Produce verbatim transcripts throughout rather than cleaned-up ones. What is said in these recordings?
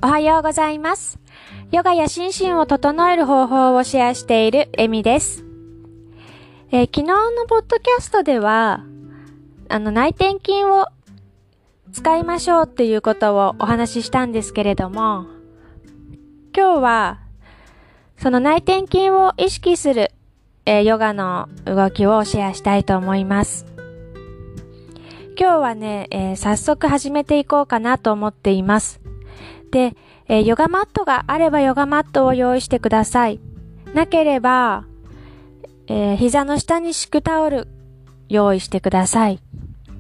おはようございます。ヨガや心身を整える方法をシェアしているエミです。えー、昨日のポッドキャストでは、あの内転筋を使いましょうっていうことをお話ししたんですけれども、今日はその内転筋を意識する、えー、ヨガの動きをシェアしたいと思います。今日はね、えー、早速始めていこうかなと思っています。で、えー、ヨガマットがあればヨガマットを用意してください。なければ、えー、膝の下に敷くタオル用意してください。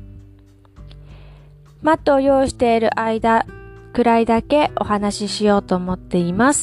マットを用意している間くらいだけお話ししようと思っています。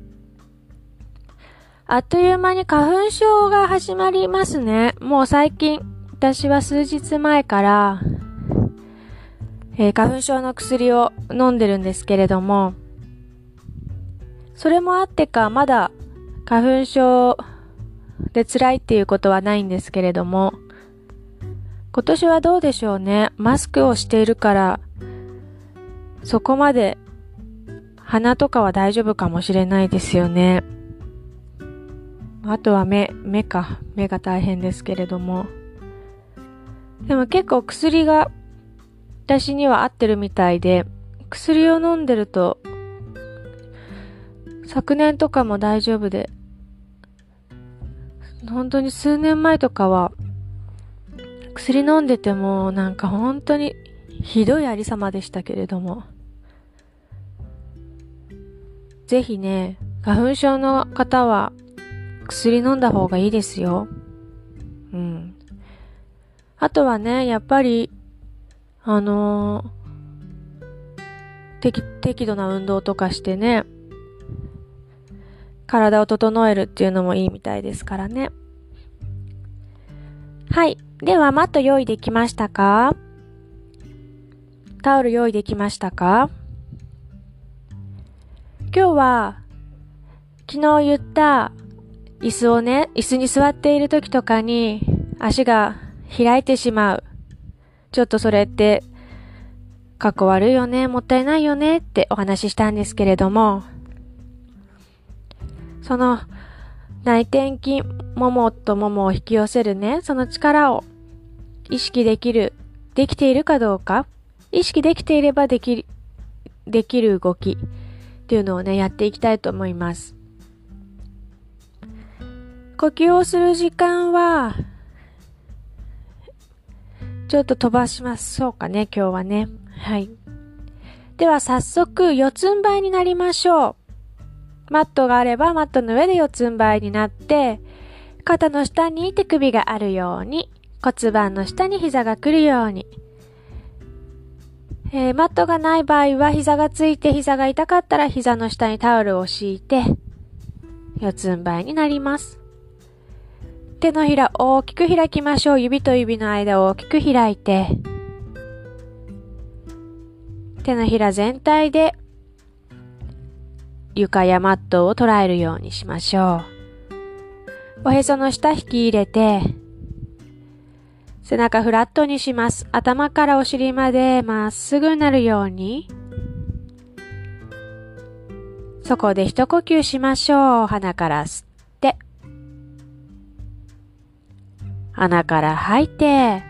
あっという間に花粉症が始まりますね。もう最近、私は数日前から、えー、花粉症の薬を飲んでるんですけれども、それもあってかまだ花粉症で辛いっていうことはないんですけれども、今年はどうでしょうね。マスクをしているからそこまで鼻とかは大丈夫かもしれないですよね。あとは目、目か。目が大変ですけれども。でも結構薬が私には合ってるみたいで、薬を飲んでると昨年とかも大丈夫で、本当に数年前とかは薬飲んでてもなんか本当にひどいありさまでしたけれども、ぜひね、花粉症の方は薬飲んだ方がいいですよ。うん。あとはね、やっぱりあのー、適、適度な運動とかしてね、体を整えるっていうのもいいみたいですからね。はい。では、マット用意できましたか？タオル用意できましたか？今日は、昨日言った椅子をね、椅子に座っている時とかに足が開いてしまう。ちょっとそれって、かっこ悪いよね、もったいないよねってお話ししたんですけれども、その内転筋、ももとももを引き寄せるね、その力を意識できる、できているかどうか、意識できていればでき、できる動きっていうのをね、やっていきたいと思います。呼吸をする時間は、ちょっと飛ばしましょうかね、今日はね。はい。では早速、四つん這いになりましょう。マットがあれば、マットの上で四つん這いになって、肩の下に手首があるように、骨盤の下に膝が来るように。えー、マットがない場合は、膝がついて膝が痛かったら膝の下にタオルを敷いて、四つん這いになります。手のひら大きく開きましょう。指と指の間を大きく開いて、手のひら全体で床やマットを捉えるようにしましょう。おへその下引き入れて、背中フラットにします。頭からお尻までまっすぐなるように。そこで一呼吸しましょう。鼻から吸って、鼻から吐いて、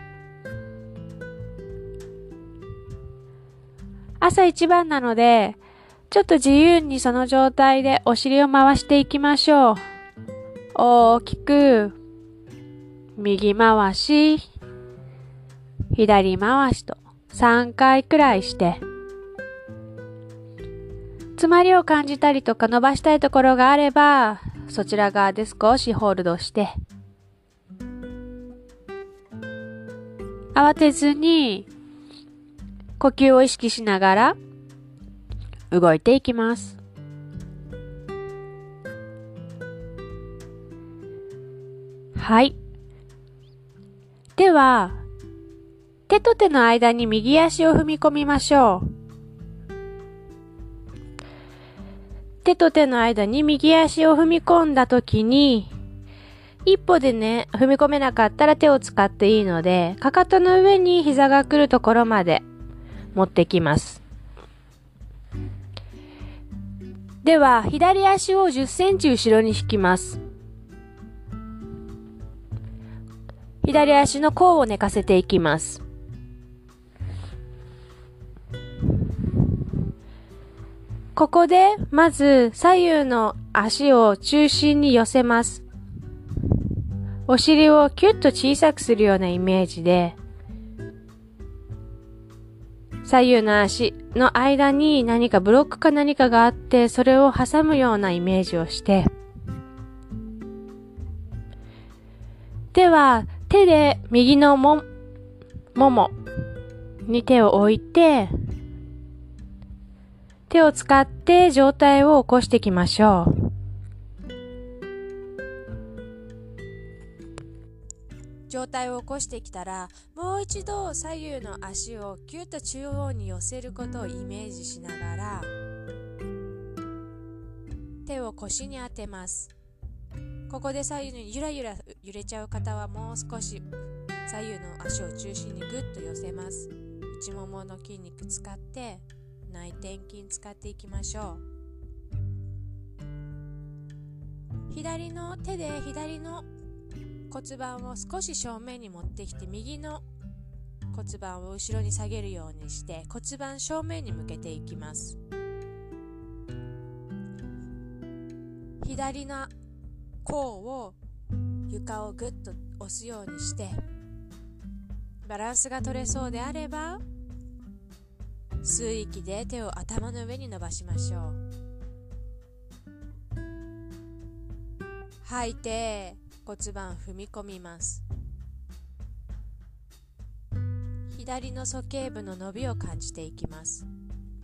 朝一番なので、ちょっと自由にその状態でお尻を回していきましょう。大きく、右回し、左回しとさんかいくらいして、詰まりを感じたりとか伸ばしたいところがあれば、そちら側で少しホールドして、慌てずに呼吸を意識しながら動いていきます。はい。では、手と手の間に右足を踏み込みましょう。手と手の間に右足を踏み込んだときに、一歩でね、踏み込めなかったら手を使っていいので、かかとの上に膝が来るところまで持ってきます。 では、左足をじゅっセンチ後ろに引きます。左足の甲を寝かせていきます。ここで、まず、左右の足を中心に寄せます。お尻をキュッと小さくするようなイメージで、左右の足の間に何かブロックか何かがあって、それを挟むようなイメージをして、では、手で右のも、ももに手を置いて、手を使って上体を起こしていきましょう。上体を起こしてきたら、もう一度左右の足をキュッと中央に寄せることをイメージしながら、手を腰に当てます。ここで左右にゆらゆら揺れちゃう方はもう少し左右の足を中心にグッと寄せます。内ももの筋肉使って内転筋使っていきましょう。左の手で左の骨盤を少し正面に持ってきて、右の骨盤を後ろに下げるようにして骨盤正面に向けていきます。左の甲を床をぐっと押すようにして、バランスが取れそうであれば吸う息で手を頭の上に伸ばしましょう。吐いて骨盤踏み込みます。左の鼠径部の伸びを感じていきます。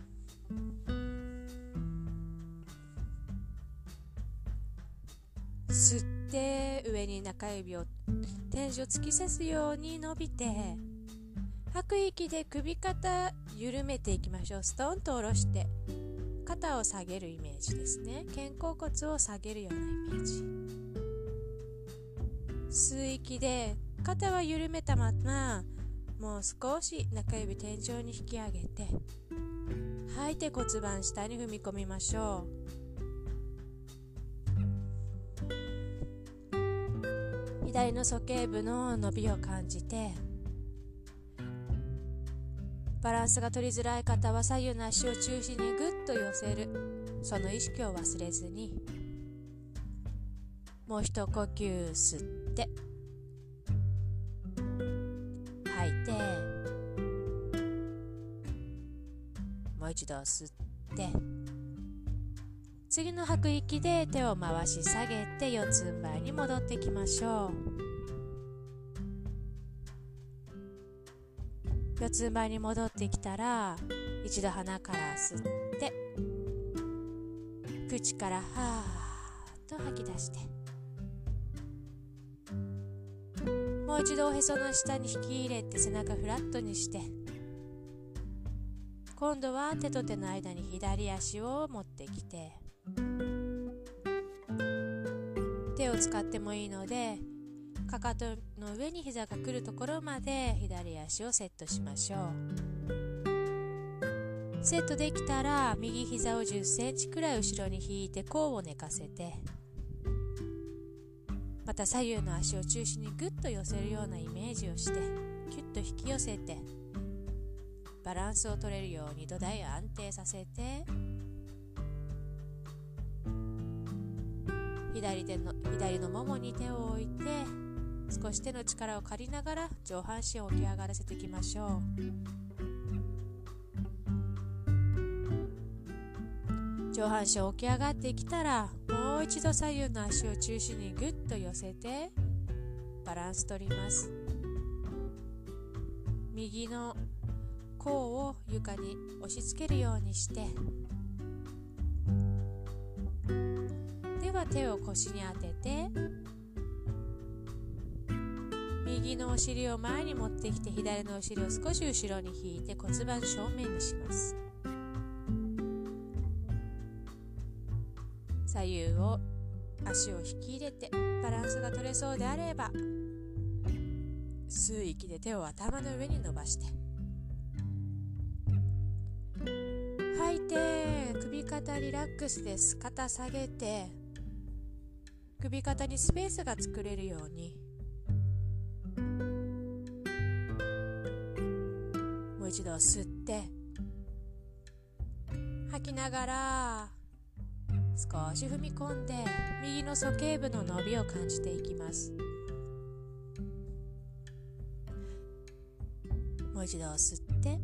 吸って上に中指を天井を突き刺すように伸びて、吐く息で首肩緩めていきましょう。ストンと下ろして肩を下げるイメージですね。肩甲骨を下げるようなイメージ。吸う息で肩は緩めたまま、もう少し中指天井に引き上げて、吐いて骨盤下に踏み込みましょう。左の鼠径部の伸びを感じて、バランスが取りづらい方は左右の足を中心にぐっと寄せる、その意識を忘れずに、もう一呼吸吸って吐いて、もう一度吸って、次の吐く息で手を回し下げて四つん這いに戻っていきましょう。四つん這いに戻ってきたら、一度鼻から吸って口からはーっと吐き出して、もう一度おへその下に引き入れて背中フラットにして、今度は手と手の間に左足を持ってきて、手を使ってもいいので、かかとの上に膝が来るところまで左足をセットしましょう。セットできたら右膝をじゅっセンチくらい後ろに引いて甲を寝かせて、また左右の足を中心にグッと寄せるようなイメージをして、キュッと引き寄せてバランスを取れるように土台を安定させて、左手の左のももに手を置いて、少し手の力を借りながら上半身を起き上がらせていきましょう。上半身起き上がってきたら、もう一度左右の足を中心にグッと寄せてバランス取ります。右の甲を床に押し付けるようにして、では手を腰に当てて、右のお尻を前に持ってきて、左のお尻を少し後ろに引いて骨盤正面にします。左右を足を引き入れて、バランスが取れそうであれば吸う息で手を頭の上に伸ばして、吐いて首か肩リラックスです。肩下げて首肩にスペースが作れるように、もう一度吸って吐きながら少し踏み込んで右の鼠径部の伸びを感じていきます。もう一度吸って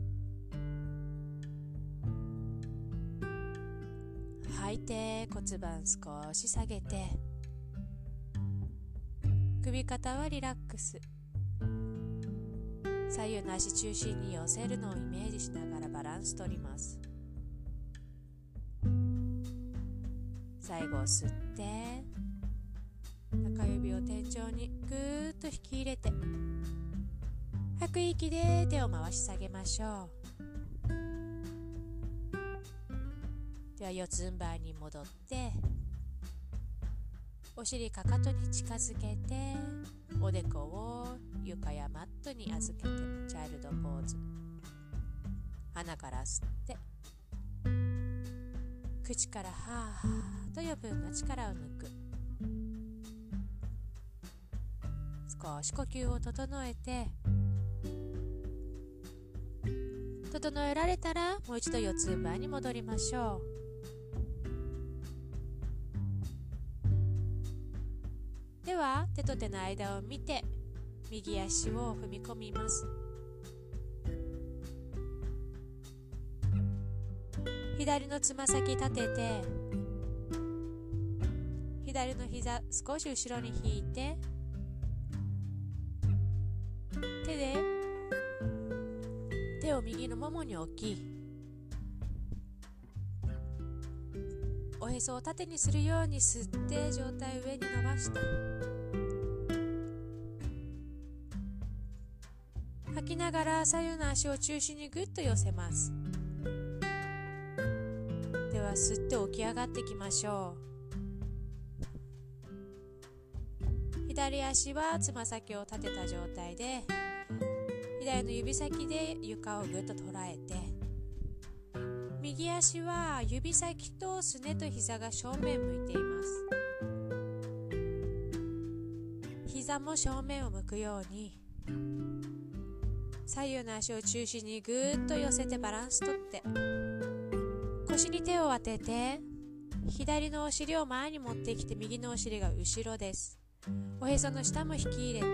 吐いて骨盤少し下げて首肩はリラックス、左右の足中心に寄せるのをイメージしながらバランス取ります。最後吸って中指を天井にぐーっと引き入れて、吐く息で手を回し下げましょう。では四つん這いに戻ってお尻かかとに近づけておでこを床やマットに預けてチャイルドポーズ。鼻から吸って口からはーっと余分な力を抜く。少し呼吸を整えて、整えられたらもう一度四つん這いに戻りましょう。では手と手の間を見て右足を踏み込みます。左のつま先立てて左の膝少し後ろに引いて、手で手を右のももに置き、おへそを縦にするように吸って上体上に伸ばして、吐きながら左右の足を中心にぐっと寄せます。では吸って起き上がっていきましょう。左足はつま先を立てた状態で左の指先で床をぐっと捉えて、右足は指先とすねと膝が正面向いています。膝も正面を向くように左右の足を中心にぐーっと寄せてバランスとって、腰に手を当てて左のお尻を前に持ってきて右のお尻が後ろです。おへその下も引き入れて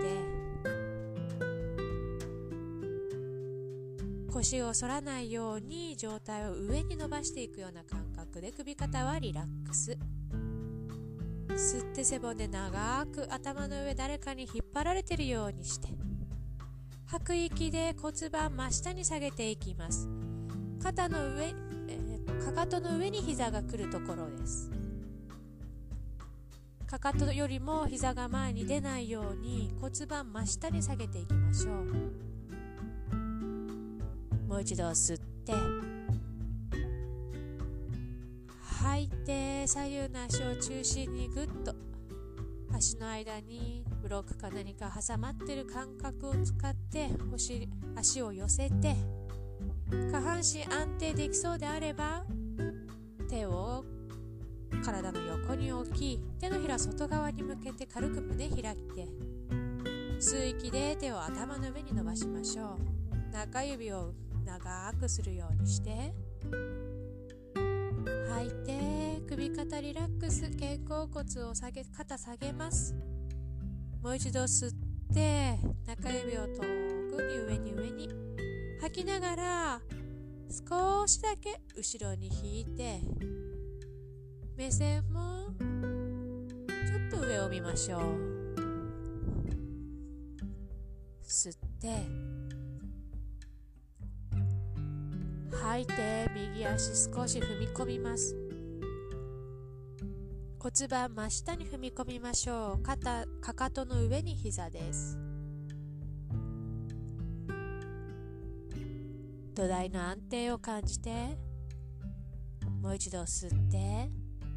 腰を反らないように上体を上に伸ばしていくような感覚で首肩はリラックス。吸って背骨長く頭の上誰かに引っ張られているようにして、吐く息で骨盤真下に下げていきます。肩の上、えー、かかとの上に膝が来るところです。かかとよりも膝が前に出ないように骨盤真下に下げていきましょう。もう一度吸って吐いて、左右の足を中心にぐっと足の間にブロックか何か挟まっている感覚を使ってお尻足を寄せて、下半身安定できそうであれば手を体の横に置き、手のひら外側に向けて軽く胸開いて、吸う息で手を頭の上に伸ばしましょう。中指を長くするようにして吐いて、首肩リラックス、肩甲骨を下げ肩下げます。もう一度吸って中指を遠くに上に上に吐きながら少しだけ後ろに引いて、目線もちょっと上を見ましょう。吸って吐いて右足少し踏み込みます。骨盤真下に踏み込みましょう。肩、かかとの上に膝です。土台の安定を感じて、もう一度吸って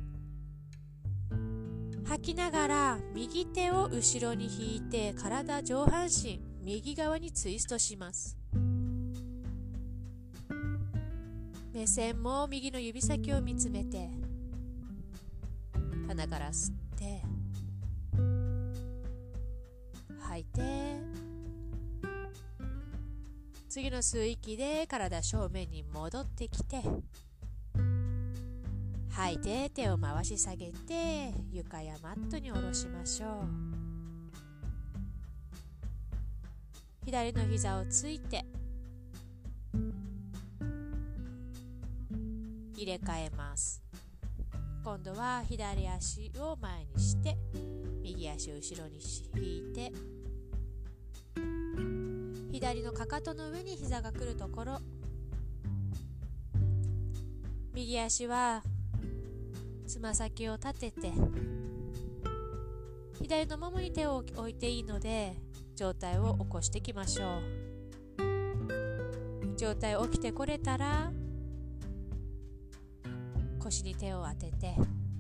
吐きながら右手を後ろに引いて、体上半身右側にツイストします。 目線も右の指先を見つめて、鼻から吸って吐いて、次の吸う息で体正面に戻ってきて、吐いて手を回し下げて床やマットに下ろしましょう。左の膝をついて入れ替えます。今度は左足を前にして右足を後ろに引いて、左のかかとの上に膝が来るところ、右足はつま先を立てて左のももに手を置いていいので上体を起こしていきましょう。上体起きてこれたら腰に手を当てて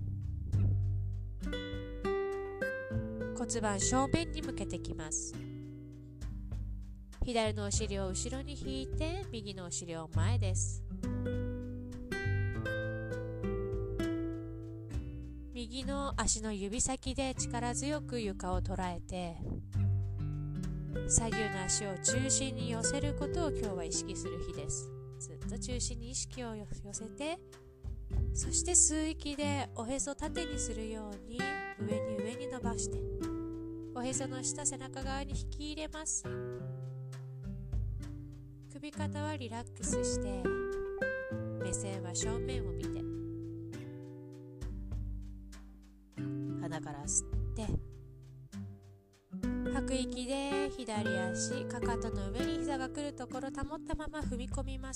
骨盤正面に向けてきます。左のお尻を後ろに引いて右のお尻を前です。右の足の指先で力強く床を捉えて、左右の足を中心に寄せることを今日は意識する日です。ずっと中心に意識を寄せて、そして吸う息でおへそ縦にするように上に上に伸ばして、おへその下背中側に引き入れます。首肩はリラックスして、目線は正面を見て、鼻から吸って吐く息で左足かかとの上に膝が来るところ保ったまま踏み込みます。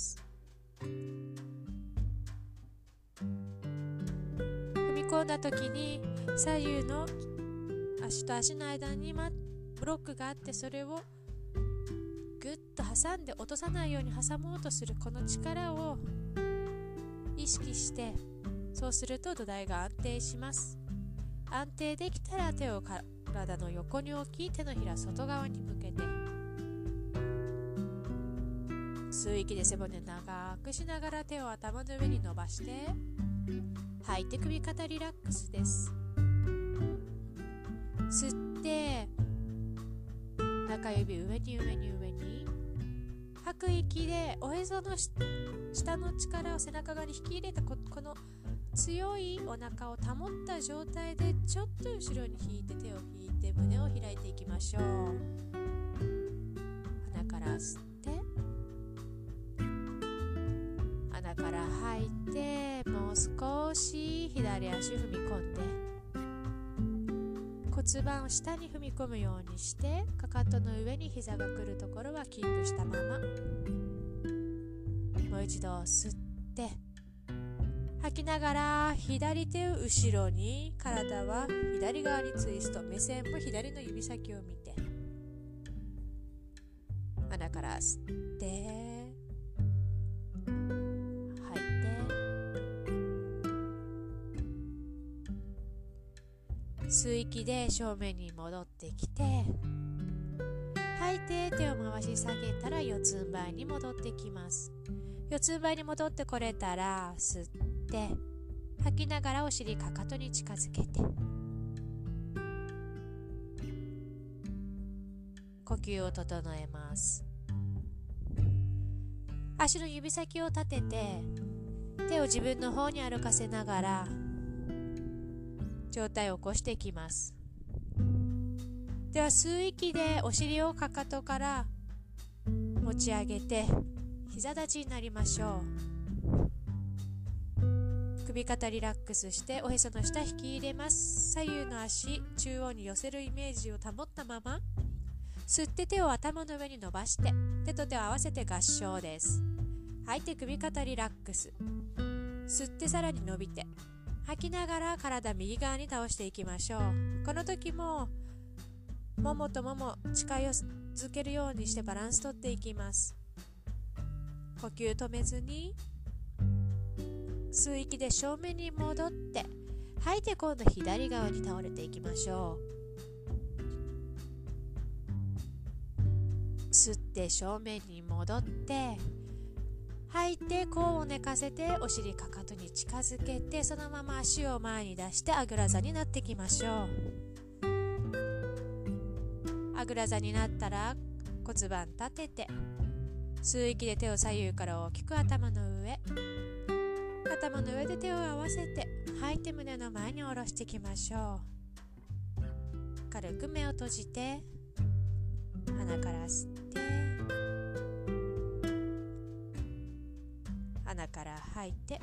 踏み込んだ時に左右の足と足の間にブロックがあって、それをぐっと挟んで落とさないように挟もうとするこの力を意識して、そうすると土台が安定します。安定できたら手を体の横に置き、手のひら外側に向けて吸う息で背骨長くしながら手を頭の上に伸ばして、吐いて首肩リラックスです。吸って中指上に上に上に、吐く息でおへその下の力を背中側に引き入れた こ, この強いお腹を保った状態でちょっと後ろに引いて手を引いて胸を開いていきましょう。鼻から吸って鼻から吐いて、もう少し左足踏み込んで骨盤を下に踏み込むようにして、かかとの上に膝が来るところはキープしたまま、もう一度吸って吐きながら左手を後ろに、体は左側にツイスト、目線も左の指先を見て、鼻から吸って吐いて、吸う息で正面に戻ってきて、吐いて手を回し下げたら四つん這いに戻ってきます。四つん這いに戻ってこれたら吸って吐きながらお尻かかとに近づけて、呼吸を整えます。足の指先を立てて手を自分の方に歩かせながら上体を起こしていきます。では吸う息でお尻をかかとから持ち上げて膝立ちになりましょう。首肩リラックスしておへその下引き入れます。左右の足中央に寄せるイメージを保ったまま吸って手を頭の上に伸ばして手と手を合わせて合掌です。吐いて首肩リラックス、吸ってさらに伸びて吐きながら体右側に倒していきましょう。この時もももともも近づけるようにしてバランスとっていきます。呼吸止めずに吸う息で正面に戻って吐いて今度左側に倒れていきましょう。吸って正面に戻って吐いて甲を寝かせてお尻かかとに近づけて、そのまま足を前に出してあぐら座になっていきましょう。あぐら座になったら骨盤立てて、吸う息で手を左右から大きく頭の上、頭の上で手を合わせて吐いて胸の前に下ろしていきましょう。軽く目を閉じて鼻から吸って、鼻から吐いて。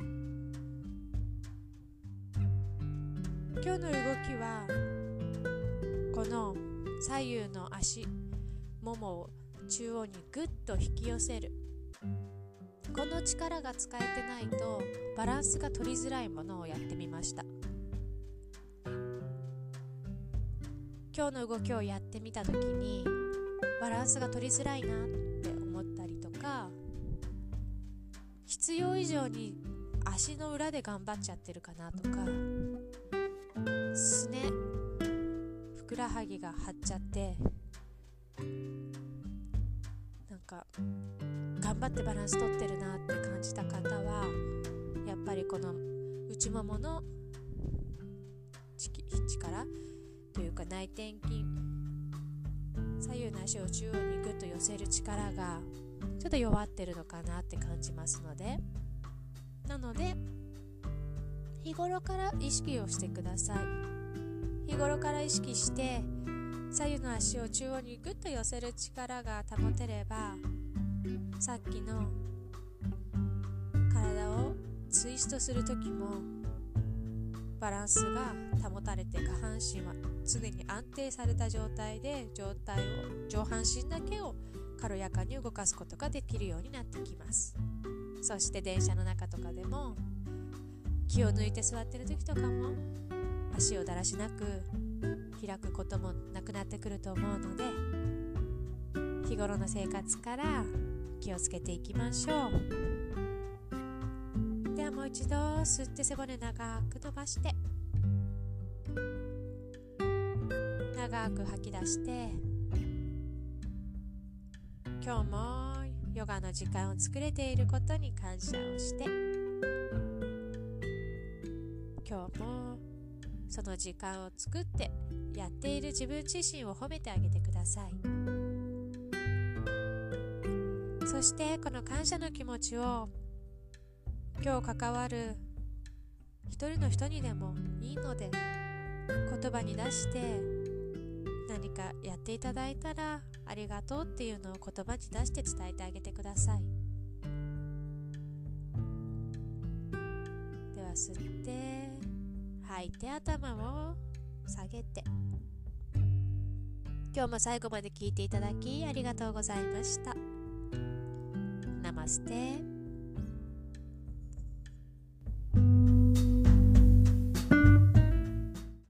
今日の動きはこの左右の足ももを中央にぐっと引き寄せる、この力が使えてないとバランスが取りづらいものをやってみました。今日の動きをやってみた時にバランスが取りづらいなって思ったりとか、必要以上に足の裏で頑張っちゃってるかなとか、すねふくらはぎが張っちゃってなんか頑張ってバランス取ってるなって感じた方は、やっぱりこの内ももの力というか内転筋、左右の足を中央にグッと寄せる力がちょっと弱ってるのかなって感じますので、なので日頃から意識をしてください。日頃から意識して左右の足を中央にグッと寄せる力が保てれば、さっきの体をツイストする時もバランスが保たれて、下半身は常に安定された状態で状態を上半身だけを軽やかに動かすことができるようになってきます。そして電車の中とかでも気を抜いて座ってる時とかも足をだらしなく開くこともなくなってくると思うので、日頃の生活から気をつけていきましょう。ではもう一度吸って背骨長く伸ばして、長く吐き出して、今日もヨガの時間を作れていることに感謝をして、今日もその時間を作ってやっている自分自身を褒めてあげてください。そしてこの感謝の気持ちを今日関わる一人の人にでもいいので言葉に出して、何かやっていただいたらありがとうっていうのを言葉に出して伝えてあげてください。では吸って吐いて頭を下げて、今日も最後まで聞いていただきありがとうございました。ナマステ。